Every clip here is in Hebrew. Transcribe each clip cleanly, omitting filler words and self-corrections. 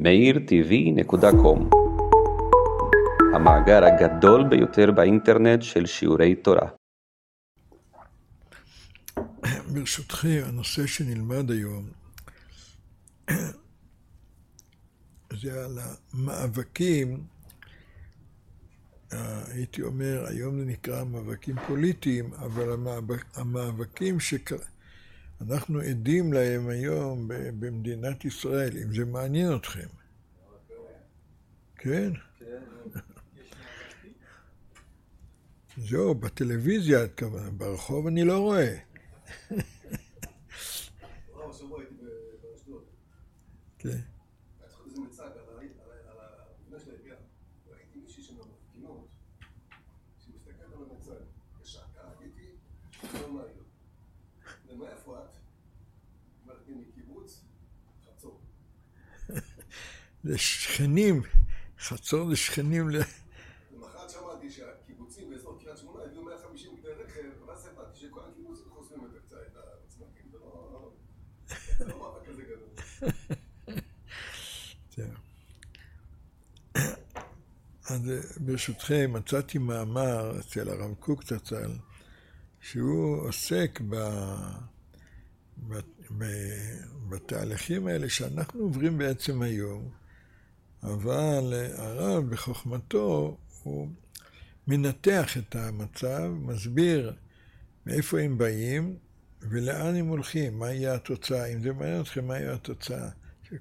meirtv.com, המאגר הגדול ביותר באינטרנט של שיעורי תורה. ברשותכם, הנושא שנלמד היום זה על המאבקים, הייתי אומר, היום זה נקרא מאבקים פוליטיים, אבל המאבקים שאנחנו עדים להם היום במדינת ישראל, אם זה מעניין אתכם. כן? זהו, בטלוויזיה, ברחוב אני לא רואה. השבוע הייתי באשדוד. כן. זה מצג על המבנה של העירייה. ראיתי מישהי שמפגינות, שמסתכלת על המצג, ושעקה, הייתי, לא מה היא. למה איפה את? אמרתי, מקיבוץ, חצור. זה שכנים, חצור זה שכנים למחרת שמעתי שהקיבוצים באזור קריית שמונה הביאו 150 כלי רכב, ואז הבנתי שכל הקיבוצים חוסמים את הצמחים, זה לא מאבק כזה גדול. אז ברשותכם, מצאתי מאמר אצל הרב קוק זצ"ל, שהוא עוסק בתהליכים האלה שאנחנו עוברים בעצם היום, אבל הרב בחוכמתו הוא מנתח את המצב, מסביר מאיפה הם באים ולאן הם הולכים, מה יהיה התוצאה, אם זה מעניין אתכם, מה יהיה התוצאה של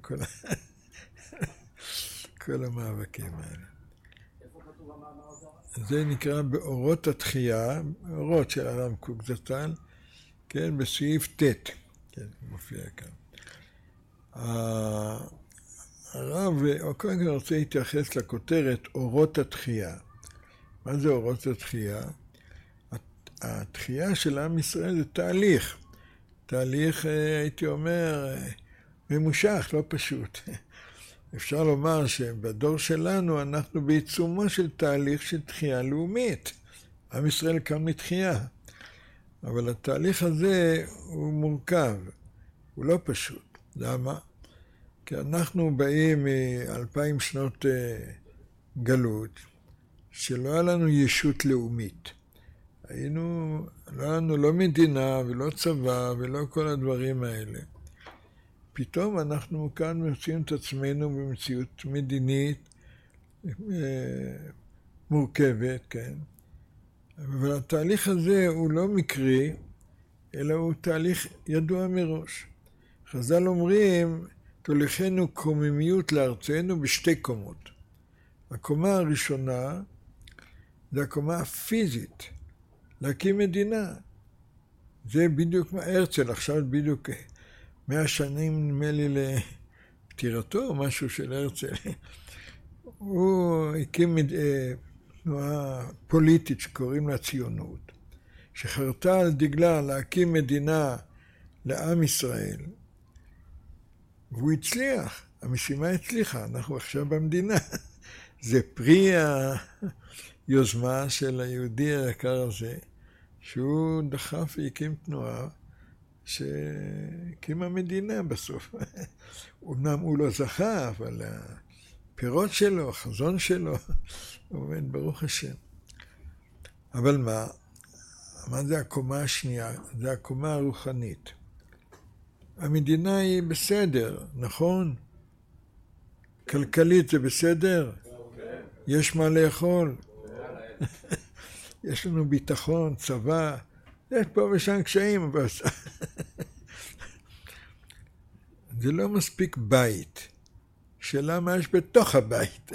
כל המאבקים האלה. איפה כתוב המאמר הזה? זה נקרא באורות התחייה, אורות של הרב קוק זצ"ל, כן, בסעיף ט', כן, מופיע כאן. הרב, קודם כל רוצה להתייחס לכותרת אורות התחייה. מה זה אורות התחייה? התחייה של עם ישראל זה תהליך. תהליך, הייתי אומר, ממושך, לא פשוט. אפשר לומר שבדור שלנו אנחנו בעיצומו של תהליך של תחייה לאומית. עם ישראל קם לתחייה. אבל התהליך הזה הוא מורכב, הוא לא פשוט. למה? כי אנחנו באים מ2000 שנות גלות, שלא היה לנו ישות לאומית. לא היה לנו לא מדינה ולא צבא ולא כל הדברים האלה. פתאום אנחנו כאן מוצאים את עצמנו במציאות מדינית מורכבת, כן? אבל התהליך הזה הוא לא מקרי, אלא הוא תהליך ידוע מראש. חז"ל אומרים, תוליכנו קוממיות לארצנו בשתי קומות. הקומה הראשונה זה הקומה הפיזית, להקים מדינה. זה בדיוק מה הרצל, עכשיו בדיוק 100 שנים נדמה לי לפטירתו, משהו של הרצל. הוא הקים תנועה פוליטית שקוראים לה ציונות, שחרתה על דגלה להקים מדינה לעם ישראל, והוא הצליח, המשימה הצליחה, אנחנו עכשיו במדינה. זה פרי היוזמה של היהודי היקר הזה, שהוא דחף והקים תנועה שהקימה מדינה בסוף. אומנם הוא לא זכה, אבל הפירות שלו, החזון שלו, הוא עומד ברוך השם. אבל מה זה הקומה השנייה? זה הקומה הרוחנית. המדינה היא בסדר, נכון? כלכלית זה בסדר? יש מה לאכול? יש לנו ביטחון, צבא, יש פה ושם קשיים, אבל זה לא מספיק בית. שאלה מה יש בתוך הבית.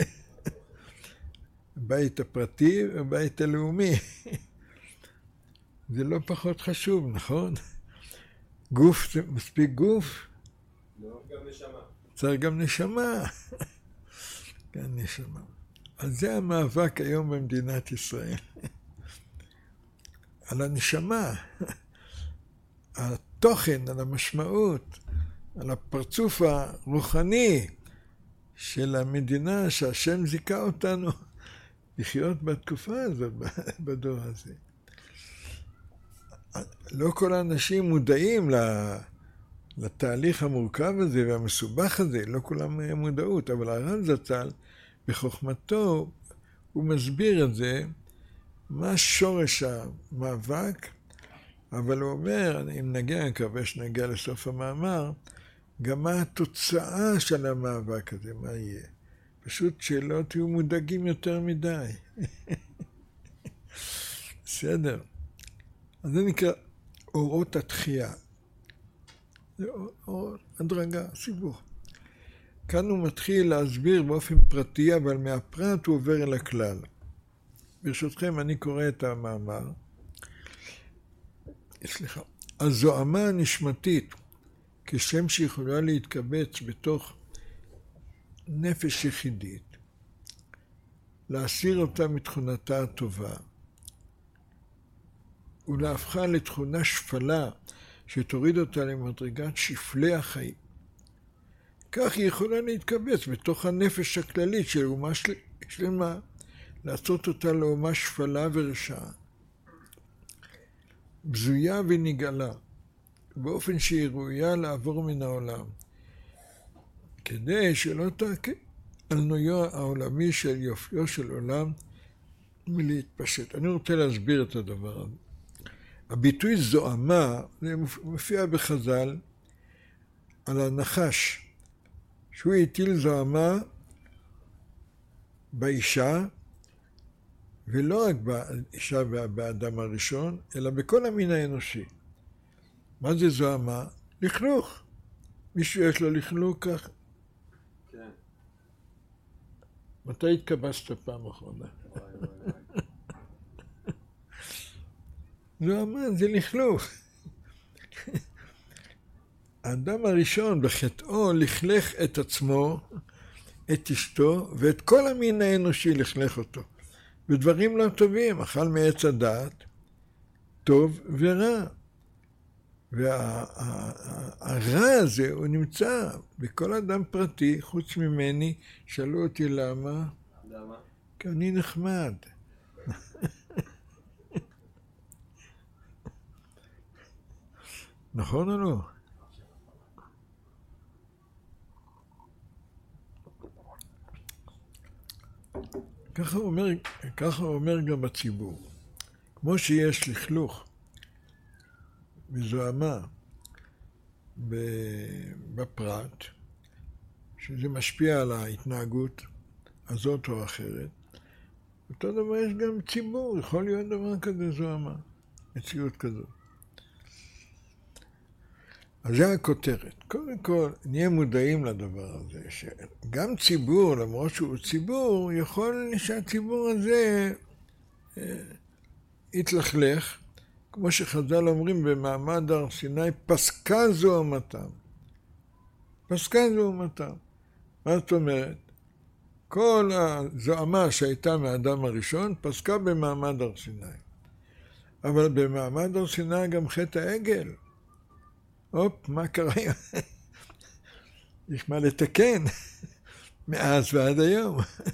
הבית הפרטי והבית הלאומי. זה לא פחות חשוב, נכון? גוף, זה מספיק גוף? לא, גם נשמה. צריך גם נשמה. גם נשמה. אז זה המאבק היום במדינת ישראל. על הנשמה, על התוכן, על המשמעות, על הפרצוף הרוחני של המדינה שהשם זיכה אותנו לחיות בתקופה הזאת, בדור הזה. לא כל האנשים מודעים לתהליך המורכב הזה והמסובך הזה, לא כולם מודעות, אבל הר"ן זצ"ל, בחוכמתו, הוא מסביר את זה, מה שורש המאבק, אבל הוא אומר, אם נגיע, אני מקווה שנגיע לסוף המאמר, גם מה התוצאה של המאבק הזה, מה יהיה. פשוט שלא תהיו מודאגים יותר מדי. בסדר. אז זה נקרא אורות התחייה. זה אור הדרגה, סיבוך. כאן הוא מתחיל להסביר באופן פרטי, אבל מהפרט הוא עובר אל הכלל. ברשותכם, אני קורא את המאמר. סליחה. הזוהמה הנשמתית, כשם שיכולה להתקבץ בתוך נפש יחידית, להסיר אותה מתכונתה הטובה, ולהפכה לתכונה שפלה, שתוריד אותה למדרגת שפלי החיים. כך היא יכולה להתקבץ בתוך הנפש הכללית של אומה שלמה, לעשות אותה לאומה שפלה ורשעה, בזויה ונגאלה, באופן שהיא ראויה לעבור מן העולם, כדי שלא תעקה על נויו העולמי של יופיו של עולם מלהתפשט. אני רוצה להסביר את הדבר הזה. הביטוי זוהמה, זה מופיע בחז"ל על הנחש, שהוא הטיל זוהמה באישה, ולא רק באישה ובאדם הראשון, אלא בכל המין האנושי. מה זה זוהמה? לכלוך. מישהו יש לו לכלוך כך? כן. מתי התקבצת פעם אחרונה? זוהמה זה לכלוך. האדם הראשון בחטאו לכלך את עצמו, את אשתו, ואת כל המין האנושי לכלך אותו. בדברים לא טובים, אכל מעץ הדעת, טוב ורע. והרע הזה הוא נמצא בכל אדם פרטי, חוץ ממני. שאלו אותי למה? למה? כי אני נחמד. נכון או לא? ככה הוא אומר גם בציבור. כמו שיש לכלוך וזוהמה בפרט, שזה משפיע על ההתנהגות הזאת או אחרת, אותו דבר יש גם ציבור, יכול להיות דבר כזה זוהמה, מציאות כזאת. אז זה הכותרת. קודם כל, נהיה מודעים לדבר הזה, שגם ציבור, למרות שהוא ציבור, יכול שהציבור הזה יתלכלך, כמו שחז"ל אומרים במעמד הר סיני, פסקה זוהמתם. פסקה זוהמתם. מה זאת אומרת? כל הזוהמה שהייתה מהאדם הראשון, פסקה במעמד הר סיני. אבל במעמד הר סיני גם חטא העגל. הופ, מה קרה? יש מה לתקן מאז ועד היום.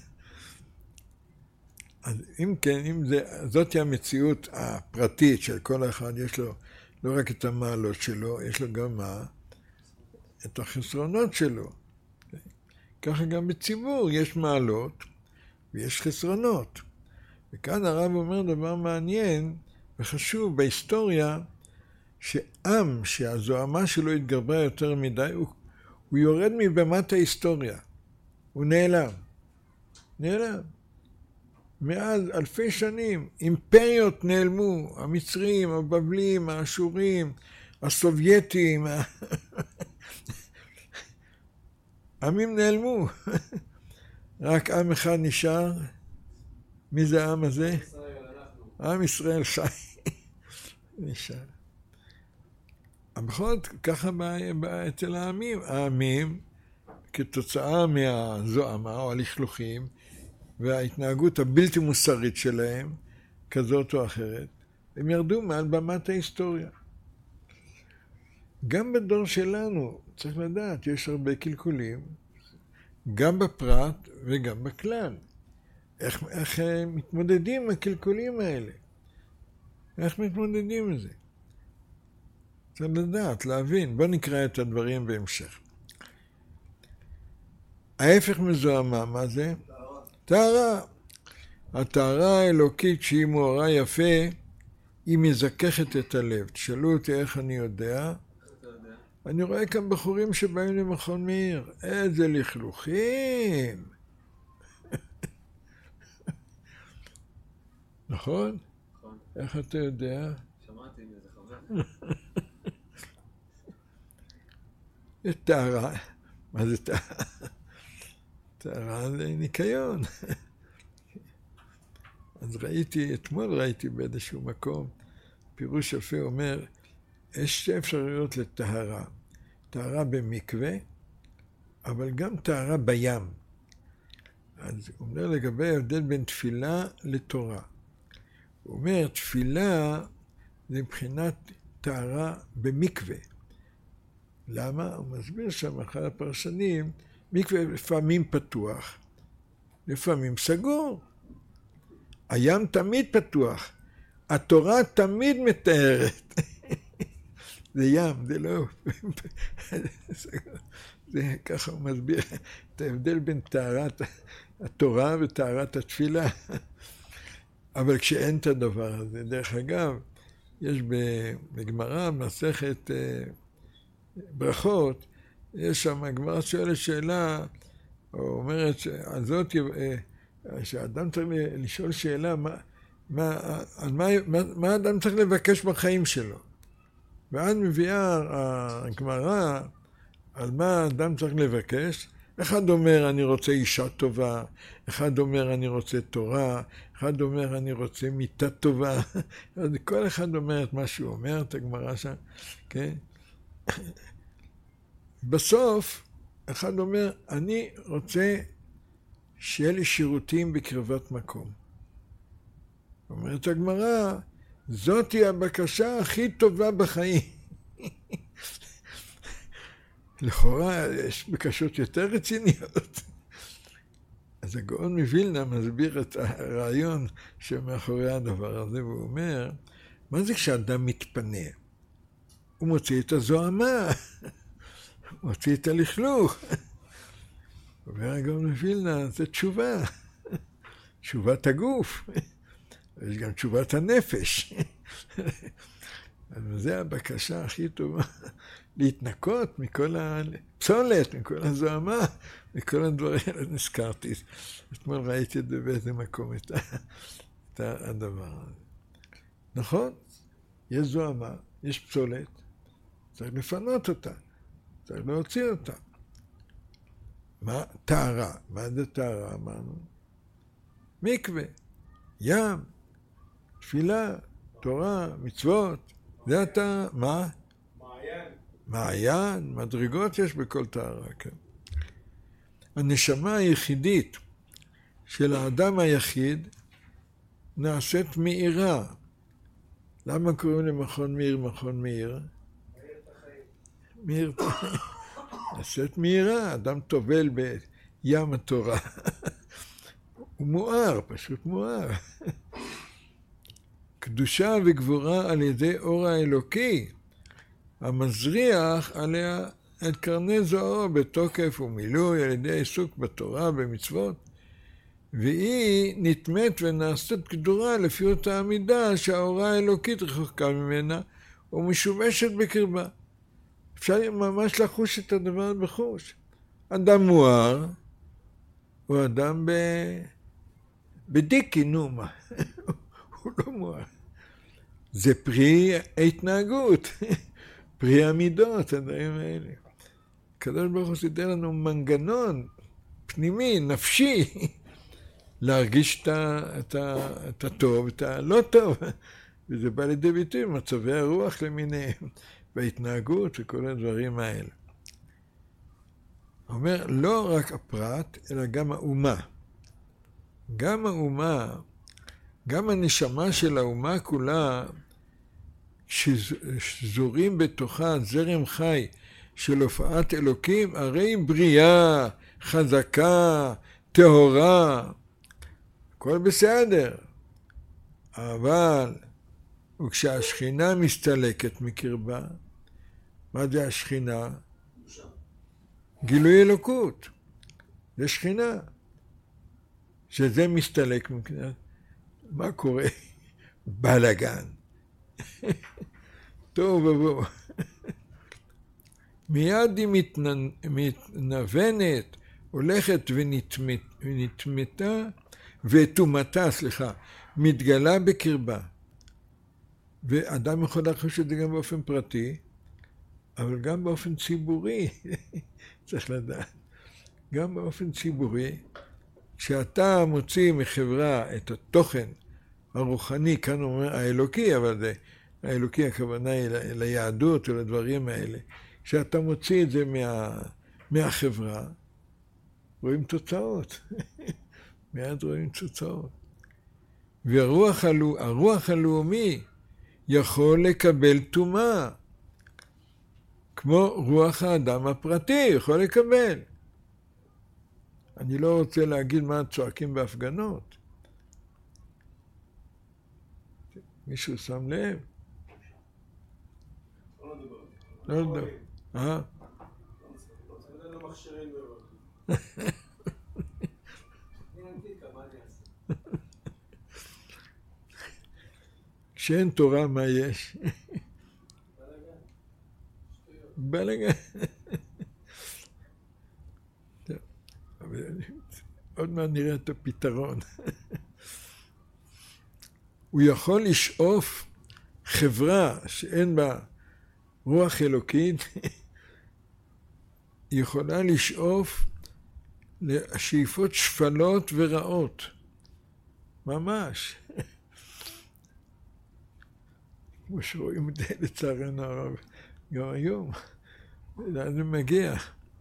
אז אם כן, זאת היא המציאות הפרטית של כל אחד, יש לו לא רק את המעלות שלו, יש לו גם את החסרונות שלו. ככה גם בציבור יש מעלות ויש חסרונות. וכאן הרב אומר דבר מעניין וחשוב בהיסטוריה, שעם שהזוהמה שלו התגברה יותר מדי, הוא יורד מבמת ההיסטוריה. הוא נעלם. נעלם. מאז אלפי שנים, אימפריות נעלמו, המצרים, הבבלים, האשורים, הסובייטים, עמים נעלמו. רק עם אחד נשאר. מי זה העם הזה? עם ישראל חי. נשאר. אבל בכל זאת, ככה אצל העמים. העמים, כתוצאה מהזוהמה או הלכלוכים, וההתנהגות הבלתי מוסרית שלהם, כזאת או אחרת, הם ירדו מעל במת ההיסטוריה. גם בדור שלנו, צריך לדעת, יש הרבה קלקולים, גם בפרט וגם בכלל. איך מתמודדים עם הקלקולים האלה? איך מתמודדים עם זה? צריך לדעת, להבין. בוא נקרא את הדברים בהמשך. ההפך מזוהמה, מה זה? טהרה. הטהרה האלוקית שהיא מאורה יפה, היא מזככת את הלב. תשאלו אותי איך אני יודע. אני רואה כאן בחורים שבאים למכון מאיר. איזה לכלוכים. נכון? נכון. איך אתה יודע? שמעתי מאיזה חבר. יש טהרה. מה זה טהרה? טהרה זה ניקיון. אז אתמול ראיתי באיזשהו מקום, פירוש יפה אומר, יש שתי אפשרויות לטהרה. טהרה במקווה, אבל גם טהרה בים. אז הוא אומר לגבי ההבדל בין תפילה לתורה. הוא אומר, תפילה זה מבחינת טהרה במקווה. למה? הוא מסביר שם, אחד הפרשנים, מקווה לפעמים פתוח, לפעמים סגור. הים תמיד פתוח, התורה תמיד מתארת. זה ים, זה לא... זה ככה הוא מסביר את ההבדל בין טהרת התורה וטהרת התפילה. אבל כשאין את הדבר הזה, דרך אגב, יש בגמרא, מסכת ברכות, יש שם, הגמרא שואלת שאלה, או אומרת שהזאת, שהאדם צריך לשאול שאלה, מה האדם צריך לבקש בחיים שלו? ואז מביאה הגמרא על מה האדם צריך לבקש. אחד אומר אני רוצה אישה טובה, אחד אומר אני רוצה תורה, אחד אומר אני רוצה מיטה טובה. כל אחד אומר את מה שהוא אומר, את הגמרא שם, כן? בסוף אחד אומר אני רוצה שיהיה לי שירותים בקרבת מקום. אומרת הגמרא, זאת היא הבקשה הכי טובה בחיים. לכאורה יש בקשות יותר רציניות. אז הגאון מווילנה מסביר את הרעיון שמאחורי הדבר הזה, והוא אומר, מה זה כשאדם מתפנה? הוא מוציא את הזוהמה, הוא מוציא את הלכלוך. אומר הגאון מווילנה, זה תשובה, תשובת הגוף. יש גם תשובת הנפש. וזה הבקשה הכי טובה, להתנקות מכל הפסולת, מכל הזוהמה, מכל הדברים האלה נזכרתי. אתמול ראיתי את זה באיזה מקום, את הדבר הזה. נכון, יש זוהמה, יש פסולת, צריך לפנות אותה, צריך להוציא אותה. מה? טהרה. מה זה טהרה? אמרנו? מקווה, ים, תפילה, תורה, מצוות. זה אתה, מה? מעיין. מעיין, מדרגות יש בכל טהרה, כן. הנשמה היחידית של האדם היחיד נעשית מאירה. למה קוראים למכון מאיר מכון מאיר? מאיר את החיים. נעשית מאירה, אדם טובל בים התורה. הוא מואר, פשוט מואר. קדושה וגבורה על ידי אור האלוקי, המזריח עליה את קרני זוהרו בתוקף ומילוי על ידי עיסוק בתורה במצוות, והיא נטמאת ונעשית קדורה לפי אותה המידה שהאורה האלוקית רחוקה ממנה ומשובשת בקרבה. אפשר ממש לחוש את הדבר בחוש. אדם מואר הוא אדם בדיקי, נו מה. הוא לא מואר. זה פרי ההתנהגות, פרי המידות, הדברים האלה. הקדוש ברוך הוא סידר לנו מנגנון פנימי, נפשי, להרגיש את הטוב, את הלא טוב. וזה בא לידי ביטוי, מצבי הרוח למיניהם, וההתנהגות וכל הדברים האלה. הוא אומר, לא רק הפרט, אלא גם האומה. גם האומה, גם הנשמה של האומה כולה, שזורים בתוכה זרם חי של הופעת אלוקים, הרי בריאה, חזקה, טהורה, הכל בסדר. אבל, וכשהשכינה מסתלקת מקרבה, מה זה השכינה? גילוי אלוקות. זה שכינה. שזה מסתלק מבחינת, מה קורה? בלגן. טוב ובוא. מיד היא מתנוונת, הולכת ותומתה, מתגלה בקרבה. ואדם יכול לחוש את זה גם באופן פרטי, אבל גם באופן ציבורי, צריך לדעת. גם באופן ציבורי, כשאתה מוציא מחברה את התוכן הרוחני, כאן הוא אומר האלוקי, אבל זה, האלוקי הכוונה היא ליהדות ולדברים האלה. כשאתה מוציא את זה מהחברה, רואים תוצאות. מיד רואים תוצאות. והרוח הלאומי יכול לקבל טומאה. כמו רוח האדם הפרטי, יכול לקבל. אני לא רוצה להגיד מה צועקים בהפגנות. מישהו שם לב? לא יודע. לא מכשירים מאוד. כשאין תורה, מה יש? בלגן. עוד מעט נראה את הפתרון. הוא יכול לשאוף חברה שאין בה רוח אלוקית, היא יכולה לשאוף לשאיפות שפלות ורעות. ממש. כמו שרואים את זה לצערנו הרב, גם היום. לאן זה מגיע?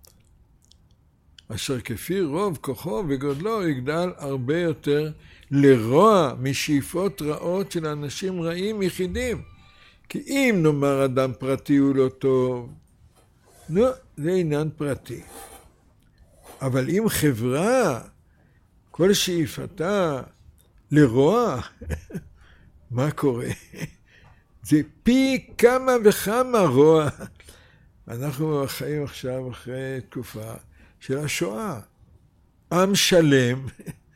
אשר כפי רוב כוחו וגודלו יגדל הרבה יותר לרוע משאיפות רעות של אנשים רעים יחידים. כי אם נאמר אדם פרטי הוא לא טוב, זה עניין פרטי. אבל אם חברה, כל שאיפתה לרוע, מה קורה? זה פי כמה וכמה רוע. אנחנו חיים עכשיו אחרי תקופה של השואה. עם שלם,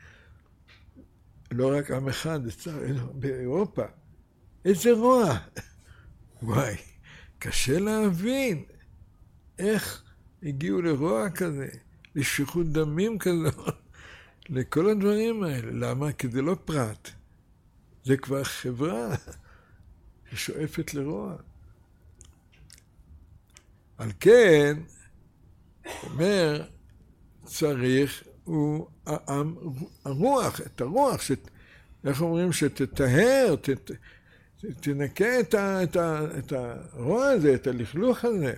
לא רק עם אחד, באירופה. איזה רוע. וואי, קשה להבין איך הגיעו לרוע כזה, לשפיכות דמים כזו, לכל הדברים האלה. למה? כי זה לא פרט. זה כבר חברה ששואפת לרוע. על כן, אומר, צריך הוא הרוח, את הרוח, איך אומרים, שתטהר, תנקה את הרוע הזה, את הלכלוך הזה.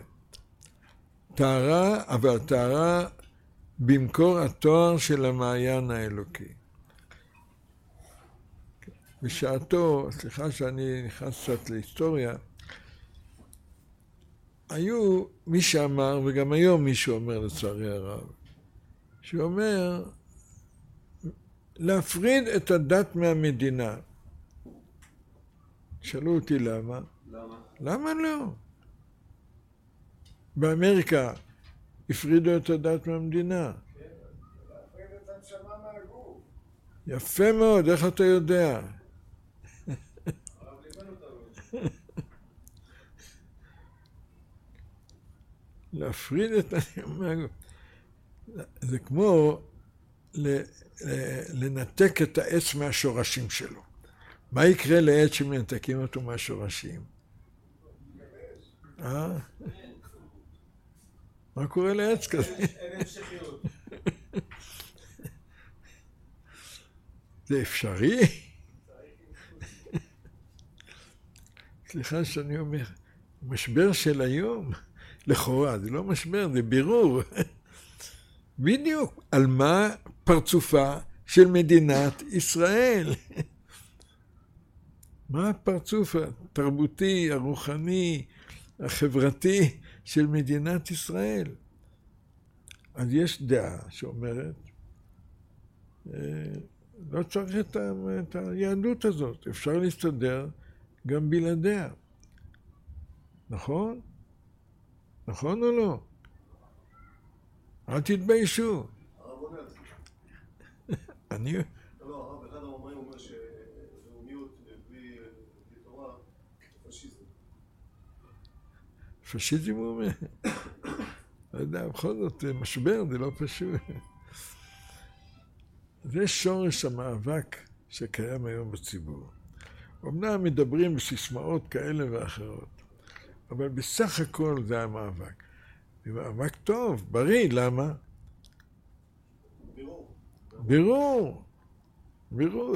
טהרה, אבל טהרה במקור התואר של המעיין האלוקי. בשעתו, סליחה שאני נכנס קצת להיסטוריה, היו מי שאמר, וגם היום מישהו אומר לצערי הרב, שאומר להפריד את הדת מהמדינה. שאלו אותי למה? למה לא? באמריקה הפרידו את הדת מהמדינה. להפריד את הנשמה מהגוף. יפה מאוד, איך אתה יודע? להפריד את הנשמה. זה כמו לנתק את העץ מהשורשים שלו. מה יקרה לעץ שמנתקים אותו מהשורשים? מה קורה לעץ כזה? אין המשכיות. זה אפשרי? סליחה שאני אומר, משבר של היום, לכאורה, זה לא משבר, זה בירור. בדיוק, על מה פרצופה של מדינת ישראל? מה הפרצוף התרבותי, הרוחני, החברתי של מדינת ישראל? אז יש דעה שאומרת, לא צריך את היהדות הזאת, אפשר להסתדר גם בלעדיה. נכון? נכון או לא? אל תתביישו. הרב עונה על זה. אני... לא, הרב, אחד המאמרים אומר שלאומיות בלי תורה זה פשיזם. פשיזם הוא אומר. לא יודע, בכל זאת, משבר, זה לא פשוט. זה שורש המאבק שקיים היום בציבור. אמנם מדברים בסיסמאות כאלה ואחרות, אבל בסך הכל זה המאבק. זה מאבק טוב, בריא, למה? בירור. בירור.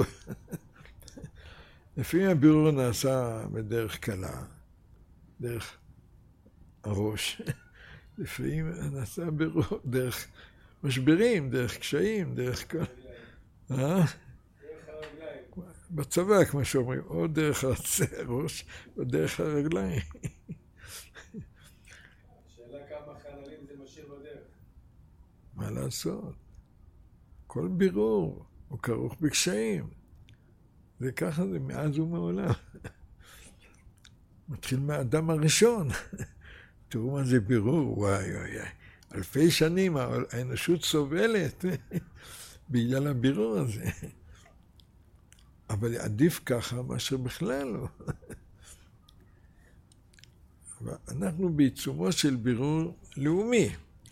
לפעמים הבירור נעשה בדרך קלה, דרך הראש. לפעמים נעשה בירור דרך משברים, דרך קשיים, דרך כל... דרך הרגליים. בצבא, כמו שאומרים, או דרך הראש, או דרך הרגליים. השאלה כמה חללים זה משאיר בדרך. מה לעשות? כל בירור הוא כרוך בקשיים. זה ככה זה מאז ומעולם. מתחיל מהאדם הראשון. תראו מה זה בירור, וואי וואי וואי. אלפי שנים האנושות סובלת בגלל הבירור הזה. אבל עדיף ככה מאשר בכלל לא. אנחנו בעיצומו של בירור לאומי.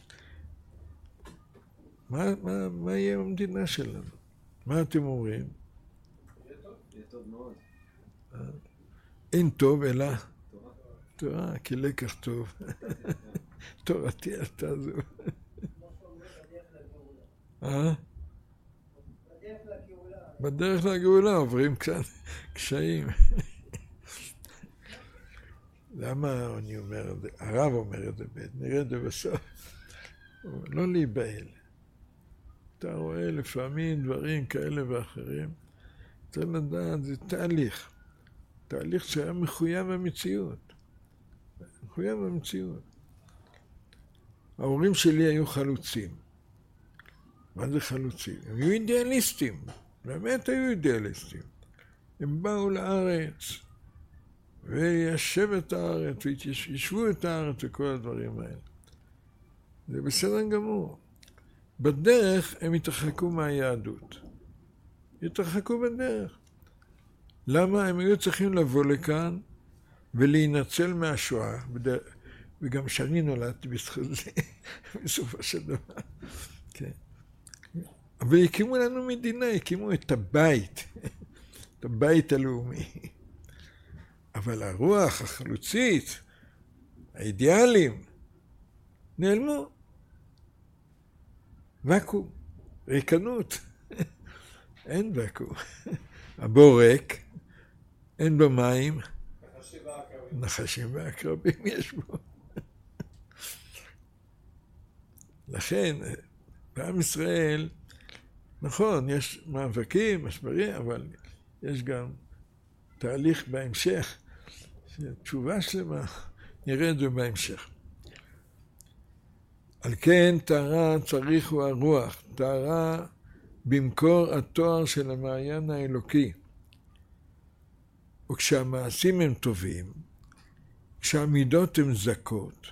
מה יהיה המדינה שלנו? מה אתם אומרים? יהיה טוב מאוד. אין טוב אלא תורה, כי לקח טוב. תורתי אל תעזוב. בדרך לגאולה עוברים קצת קשיים. למה אני אומר את זה? הרב אומר את זה, נראה את זה בסוף. לא להיבהל. אתה רואה לפעמים דברים כאלה ואחרים, צריך לדעת, זה תהליך. תהליך שהיה מחויב המציאות. מחויב המציאות. ההורים שלי היו חלוצים. מה זה חלוצים? הם היו אידיאליסטים. באמת היו אידיאליסטים. הם באו לארץ, וישב את הארץ, וישבו את הארץ וכל הדברים האלה. זה בסדר גמור. בדרך הם התרחקו מהיהדות. התרחקו בדרך. למה? הם היו צריכים לבוא לכאן ולהינצל מהשואה, וגם שאני נולדתי בזכות זה, בסופו של דבר. כן. אבל הקימו לנו מדינה, הקימו את הבית, את הבית הלאומי. אבל הרוח החלוצית, האידיאלים, נעלמו. וקום, ריקנות. אין וקום. הבור ריק, אין בו מים, נחשים ועקרבים יש בו. לכן, בעם ישראל, נכון, יש מאבקים, משברים, אבל יש גם תהליך בהמשך, תשובה שלמה, נראה את זה בהמשך. על כן טהרה צריכו הרוח, טהרה במקור התואר של המעיין האלוקי. וכשהמעשים הם טובים, כשהמידות הן זכות,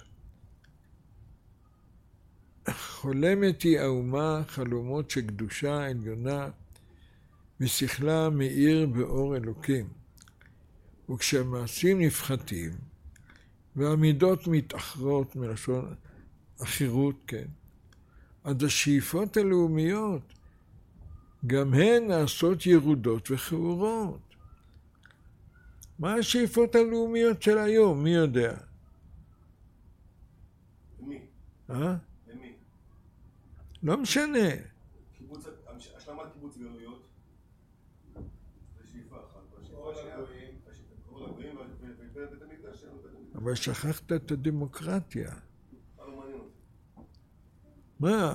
חולמת היא האומה חלומות של קדושה עליונה, ושכלה מאיר באור אלוקים. וכשהמעשים נפחתים, והמידות מתאחרות מלשון החירות, כן. עד השאיפות הלאומיות, גם הן נעשות ירודות וחעורות. מה השאיפות הלאומיות של היום? מי יודע? למי? אה? למי? לא משנה. השלמת קיבוץ גלויות זה שאיפה אחת. אור לגויים. אור לגויים ובית המקדש שלנו. אבל שכחת את הדמוקרטיה. לא מעניין אותי. מה?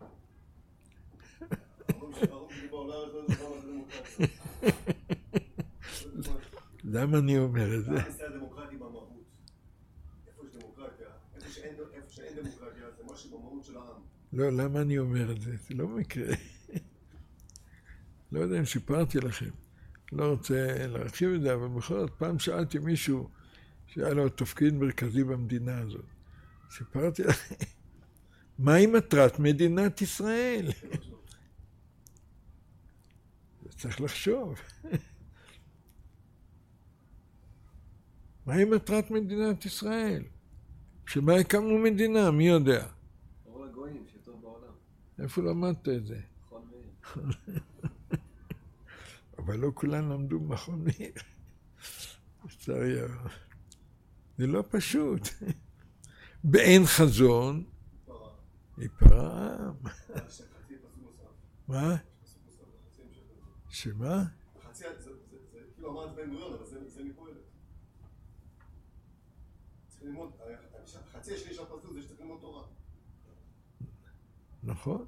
למה אני אומר את זה? עם ישראל דמוקרטי במהות. איפה יש דמוקרטיה? איפה שאין דמוקרטיה זה משהו במהות של העם. לא, למה אני אומר את זה? זה לא מקרה. לא יודע אם סיפרתי לכם. לא רוצה להרחיב את זה, אבל בכל זאת פעם שאלתי מישהו שהיה לו תפקיד מרכזי במדינה הזאת. סיפרתי לכם, מהי מטרת מדינת ישראל? צריך לחשוב. מהי מטרת מדינת ישראל? שבה הקמנו מדינה, מי יודע? אור לגויים, שטוב בעולם. איפה למדת את זה? מכון מאיר. אבל לא כולם למדו במכון מאיר. זה לא פשוט. באין חזון, ייפרע העם. מה? שמה? חצי, זה כאילו אמרת בן גוריון, אבל זה מפועלת. צריך ללמוד, חצי השני של הפסוק זה שצריך ללמוד תורה. נכון.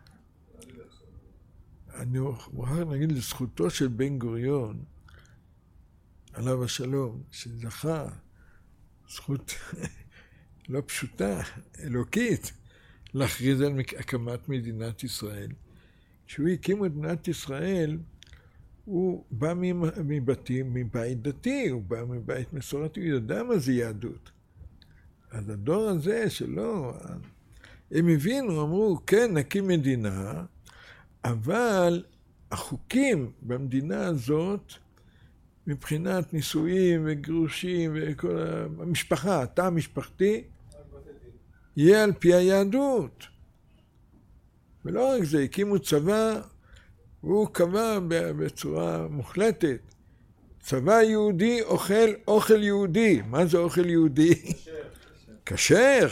אני מוכרח להגיד לזכותו של בן גוריון, עליו השלום, שזכה זכות לא פשוטה, אלוקית, להכריז על הקמת מדינת ישראל. כשהוא הקים את מדינת ישראל, הוא בא מבית דתי, הוא בא מבית מסורתי, הוא יודע מה זה יהדות. אז הדור הזה שלא, הם הבינו, אמרו, כן, נקים מדינה, אבל החוקים במדינה הזאת, מבחינת נישואים וגירושים וכל המשפחה, התא המשפחתי, יהיה על פי היהדות. ולא רק זה, הקימו צבא, והוא קבע בצורה מוחלטת, צבא יהודי אוכל אוכל יהודי. מה זה אוכל יהודי? כשר.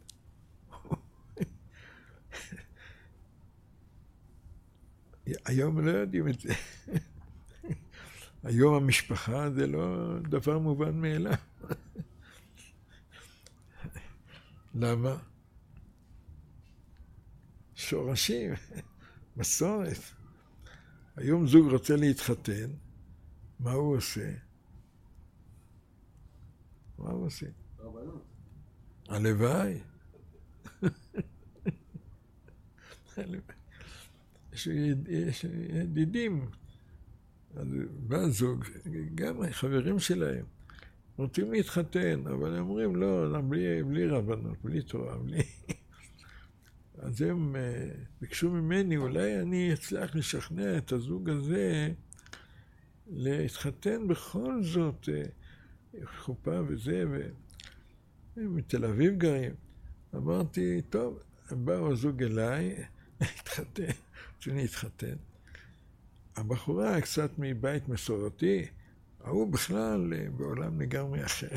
היום לא יודעים את זה. היום המשפחה זה לא דבר מובן מאליו. למה? שורשים, מסורת. היום זוג רוצה להתחתן, מה הוא עושה? מה הוא עושה? רבנות. הלוואי. יש ידידים, אז בא זוג, גם החברים שלהם, רוצים להתחתן, אבל הם אומרים לא, בלי רבנות, בלי תורה, בלי... אז הם ביקשו ממני, אולי אני אצליח לשכנע את הזוג הזה להתחתן בכל זאת, חופה וזה, והם מתל אביב גרים. אמרתי, טוב, באו הזוג אליי, התחתן, שאני התחתן. הבחורה קצת מבית מסורתי, ההוא בכלל בעולם לגמרי אחר.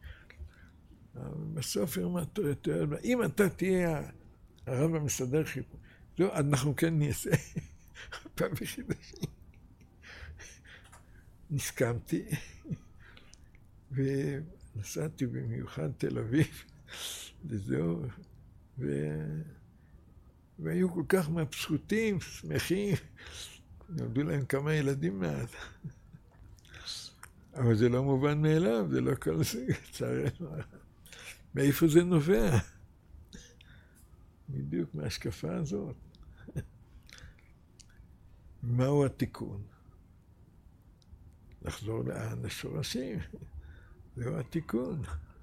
בסוף אם אתה תהיה הרב המסדר חיפור, לא, אנחנו כן נעשה פעם בחידשים. נסכמתי, ונסעתי במיוחד תל אביב, וזהו, והיו כל כך מבסוטים, שמחים, נולדו להם כמה ילדים מעט. אבל זה לא מובן מאליו, זה לא כל זה, לצערנו. מאיפה זה נובע? בדיוק מההשקפה הזאת. מהו התיקון? לחזור לשורשים. זהו התיקון.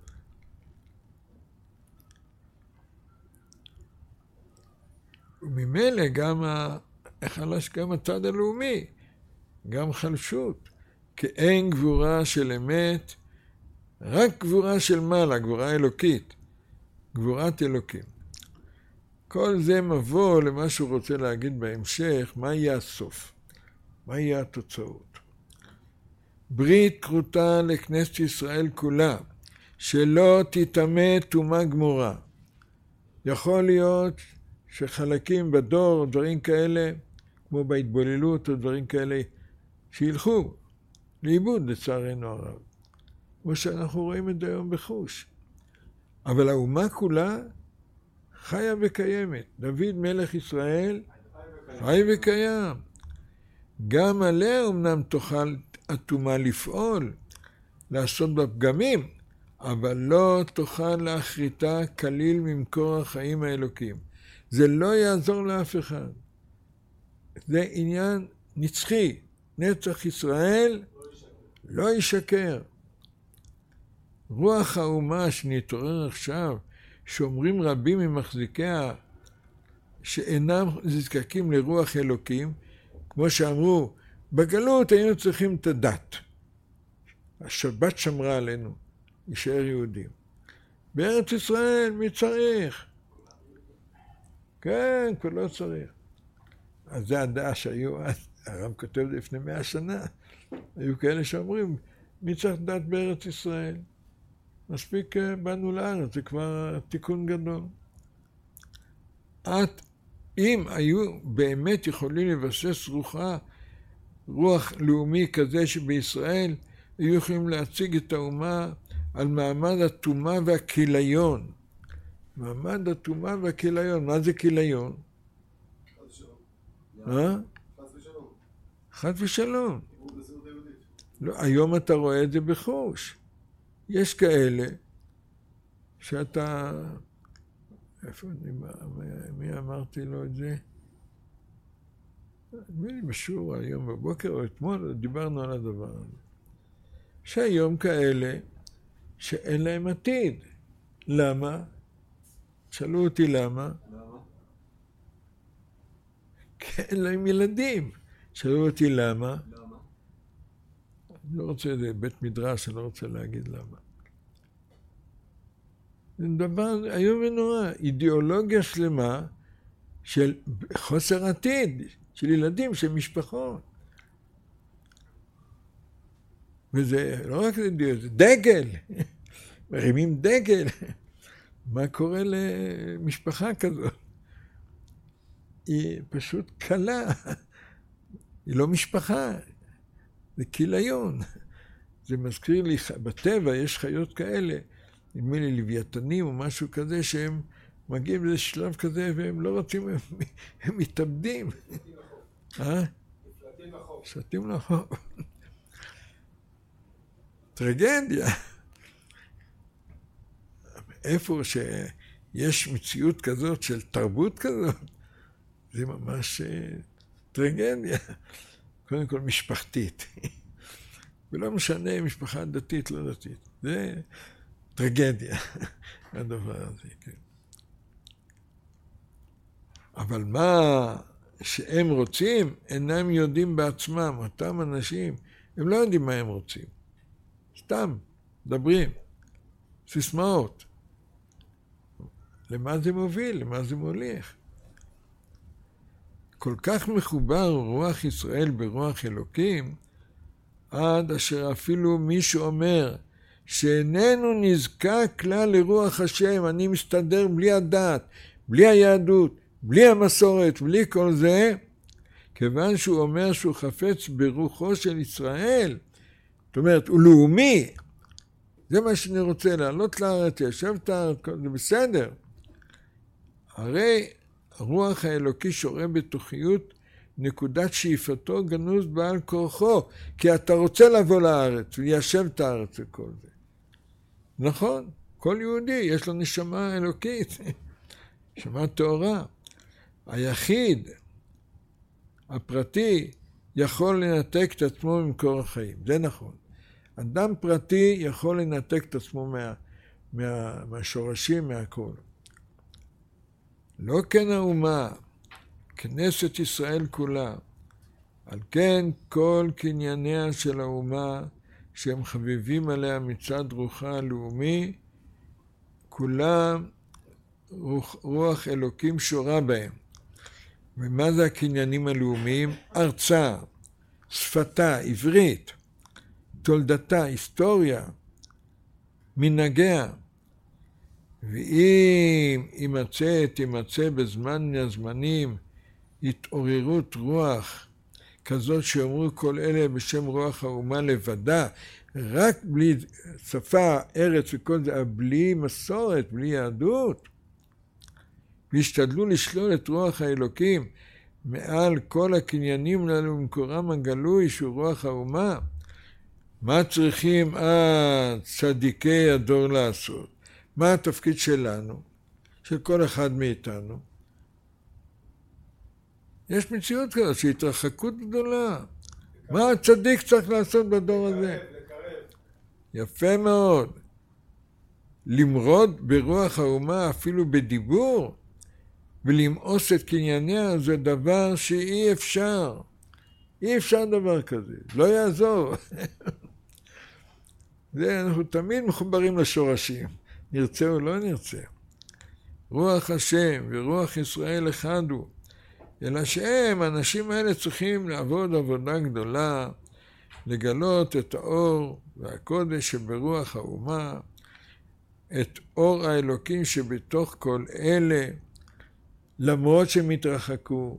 וממילא גם הצד הלאומי, גם חלשות, כי אין גבורה של אמת, רק גבורה של מעלה, גבורה אלוקית, גבורת אלוקים. כל זה מבוא למה שהוא רוצה להגיד בהמשך, מה יהיה הסוף, מה יהיה התוצאות. ברית כרותה לכנסת ישראל כולה, שלא תטמא טומאה גמורה. יכול להיות שחלקים בדור, דברים כאלה, כמו בהתבוללות או דברים כאלה, שילכו לאיבוד לצערנו הרב. כמו שאנחנו רואים את זה היום בחוש. אבל האומה כולה חיה וקיימת. דוד מלך ישראל חי וקיים. גם עליה אמנם תוכל הטומאה לפעול, לעשות בה פגמים, אבל לא תוכל להכריתה כליל ממקור החיים האלוקים. זה לא יעזור לאף אחד. זה עניין נצחי. נצח ישראל לא ישקר. רוח האומה שנתעורר עכשיו, שאומרים רבים ממחזיקיה שאינם נזקקים לרוח אלוקים, כמו שאמרו, בגלות היינו צריכים את הדת. השבת שמרה עלינו, יישאר יהודים. בארץ ישראל מי צריך? כן, כבר לא צריך. אז זה הדעה שהיו, הרב כותב את זה לפני 100 שנה, היו כאלה שאומרים, מי צריך דת בארץ ישראל? מספיק באנו לארץ, זה כבר תיקון גדול. אם היו באמת יכולים לבסס רוח לאומי כזה שבישראל, היו יכולים להציג את האומה על מעמד הטומאה והכיליון. מעמד הטומאה והכיליון, מה זה כיליון? חס ושלום. לא, היום אתה רואה את זה בחוש. יש כאלה שאתה... איפה מי אמרתי לו את זה? נדמה לי בשיעור היום בבוקר או אתמול דיברנו על הדבר הזה. שהיום כאלה שאין להם עתיד. למה? שאלו אותי למה? כי אין להם ילדים. שאלו אותי למה? אני לא רוצה איזה בית מדרש, אני לא רוצה להגיד למה. זה דבר איום ונורא, אידיאולוגיה שלמה של חוסר עתיד, של ילדים, של משפחות. וזה לא רק אידיאולוגיה, זה דגל. מרימים דגל. מה קורה למשפחה כזאת? היא פשוט קלה. היא לא משפחה. זה כיליון. זה מזכיר לי, בטבע יש חיות כאלה, נדמה לי לוויתנים או משהו כזה, שהם מגיעים לשלב כזה והם לא רוצים, הם מתאבדים. שתים לחוף. טרגדיה. איפה שיש מציאות כזאת של תרבות כזאת, זה ממש טרגדיה. קודם כל משפחתית. ולא משנה משפחה דתית, לא דתית. זה טרגדיה, הדבר הזה. כן. אבל מה שהם רוצים, אינם יודעים בעצמם, אותם אנשים, הם לא יודעים מה הם רוצים. סתם, מדברים, סיסמאות. למה זה מוביל? למה זה מוליך? כל כך מחובר רוח ישראל ברוח אלוקים, עד אשר אפילו מישהו אומר שאיננו נזקק כלל לרוח השם, אני מסתדר בלי הדת, בלי היהדות, בלי המסורת, בלי כל זה, כיוון שהוא אומר שהוא חפץ ברוחו של ישראל, זאת אומרת, הוא לאומי, זה מה שאני רוצה, לעלות לארץ, ישב את הארץ, זה בסדר. הרי הרוח האלוקי שורה בתוכיות, נקודת שאיפתו גנוז בעל כורחו, כי אתה רוצה לבוא לארץ, וליישב את הארץ וכל זה. נכון, כל יהודי יש לו נשמה אלוקית, נשמה טהורה. היחיד, הפרטי, יכול לנתק את עצמו ממקור החיים, זה נכון. אדם פרטי יכול לנתק את עצמו מהשורשים, מהכל. לא כן האומה, כנסת ישראל כולה, על כן כל קנייניה של האומה שהם חביבים עליה מצד רוחה הלאומי, כולם רוח אלוקים שורה בהם. ומה זה הקניינים הלאומיים? ארצה, שפתה, עברית, תולדתה, היסטוריה, מנהגיה. ואם תימצא בזמן מן הזמנים התעוררות רוח כזאת שאומרו כל אלה בשם רוח האומה לבדה, רק בלי שפה, ארץ וכל זה, בלי מסורת, בלי יהדות, והשתדלו לשלול את רוח האלוקים מעל כל הקניינים הללו במקורם הגלוי שהוא רוח האומה, מה צריכים צדיקי הדור לעשות? מה התפקיד שלנו, של כל אחד מאיתנו? יש מציאות כזאת, שהתרחקות גדולה. מה הצדיק צריך לעשות בדור הזה? לקרב. יפה מאוד. למרוד ברוח האומה אפילו בדיבור, ולמאוס את קנייניה, זה דבר שאי אפשר. אי אפשר דבר כזה, לא יעזור. אנחנו תמיד מחוברים לשורשים, נרצה או לא נרצה. רוח השם ורוח ישראל אחד הוא, אלא שהם, האנשים האלה צריכים לעבוד עבודה גדולה, לגלות את האור והקודש שברוח האומה, את אור האלוקים שבתוך כל אלה, למרות שהם התרחקו,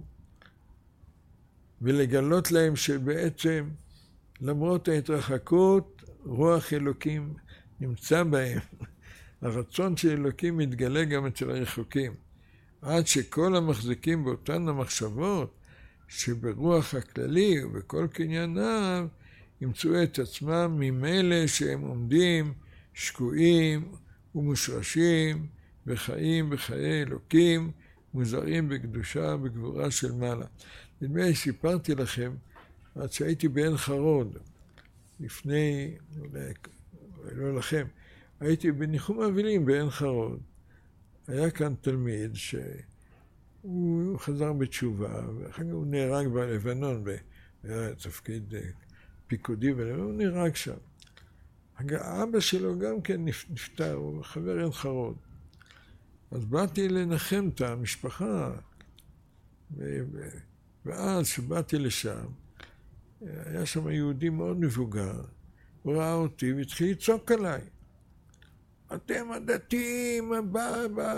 ולגלות להם שבעצם, למרות ההתרחקות, רוח אלוקים נמצא בהם. הרצון של אלוקים מתגלה גם אצל הרחוקים, עד שכל המחזיקים באותן המחשבות, שברוח הכללי ובכל קנייניו, ימצאו את עצמם ממילא שהם עומדים, שקועים ומושרשים, וחיים בחיי אלוקים, מוזרים בקדושה ובגבורה של מעלה. נדמה לי סיפרתי לכם, עד שהייתי בעין חרוד, לפני, אולי לא לכם, הייתי בניחום אבלים בעין חרוד. היה כאן תלמיד שהוא חזר בתשובה, ואחר כך הוא נהרג בלבנון, היה תפקיד פיקודי, הוא נהרג שם. האבא שלו גם כן נפטר, הוא חבר עין חרוד. אז באתי לנחם את המשפחה, ואז שבאתי לשם, היה שם יהודי מאוד מבוגר, הוא ראה אותי והתחיל לצעוק עליי. אתם הדתיים, הבא.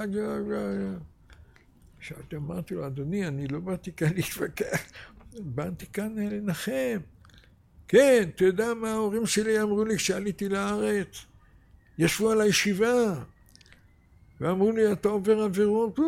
עכשיו אמרתי לו, אדוני, אני לא באתי כאן להתווכח, באתי כאן לנחם. כן, אתה יודע מה ההורים שלי אמרו לי כשעליתי לארץ? ישבו על הישיבה, ואמרו לי, אתה עובר עבירות.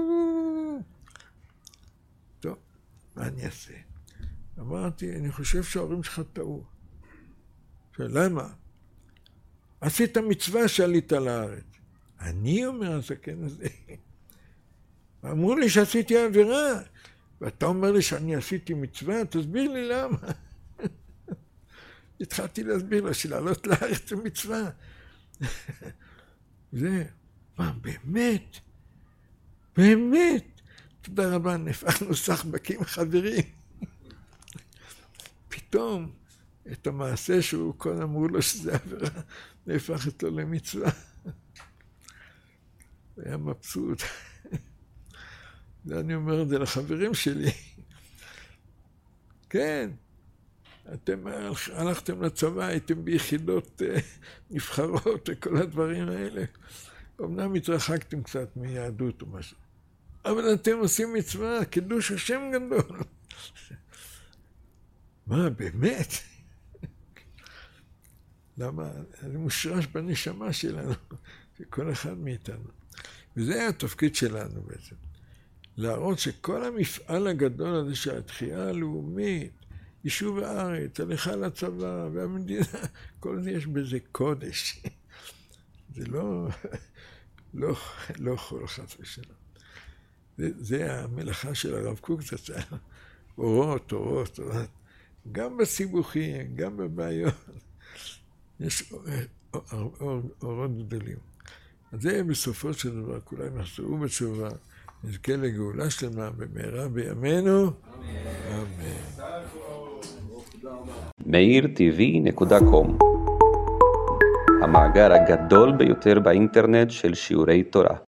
טוב, מה אני אעשה? אמרתי, אני חושב שההורים שלך טעו. למה? עשית מצווה שעלית לארץ. אני אומר הזקן הזה. אמרו לי שעשיתי עבירה, ואתה אומר לי שאני עשיתי מצווה, תסביר לי למה. התחלתי להסביר לו שלעלות לארץ זה מצווה. זה, מה, באמת? באמת? תודה רבה, נפענו סחבקים חברים. פתאום, את המעשה שהוא כל אמרו לו שזה עבירה, נהפך אותו למצווה. היה מבסוט. ואני אומר את זה לחברים שלי. כן, אתם הלכתם לצבא, הייתם ביחידות נבחרות וכל הדברים האלה. אמנם התרחקתם קצת מיהדות או משהו. אבל אתם עושים מצווה, קידוש השם גדול. מה, באמת? למה? זה מושרש בנשמה שלנו, שכל אחד מאיתנו. וזה התפקיד שלנו בעצם. להראות שכל המפעל הגדול הזה שהתחייה הלאומית, יישוב הארץ, הליכה לצבא והמדינה, כל זה יש בזה קודש. זה לא חול חס ושלום. זה המלאכה של הרב קוק, זה אורות. גם בסיבוכים, גם בבעיות. יש אורות גדולים. אז זה בסופו של דבר, כולם יחזרו בתשובה, נזכה לגאולה שלמה במהרה בימינו. אמן. meirtv.com המאגר הגדול ביותר באינטרנט של שיעורי תורה.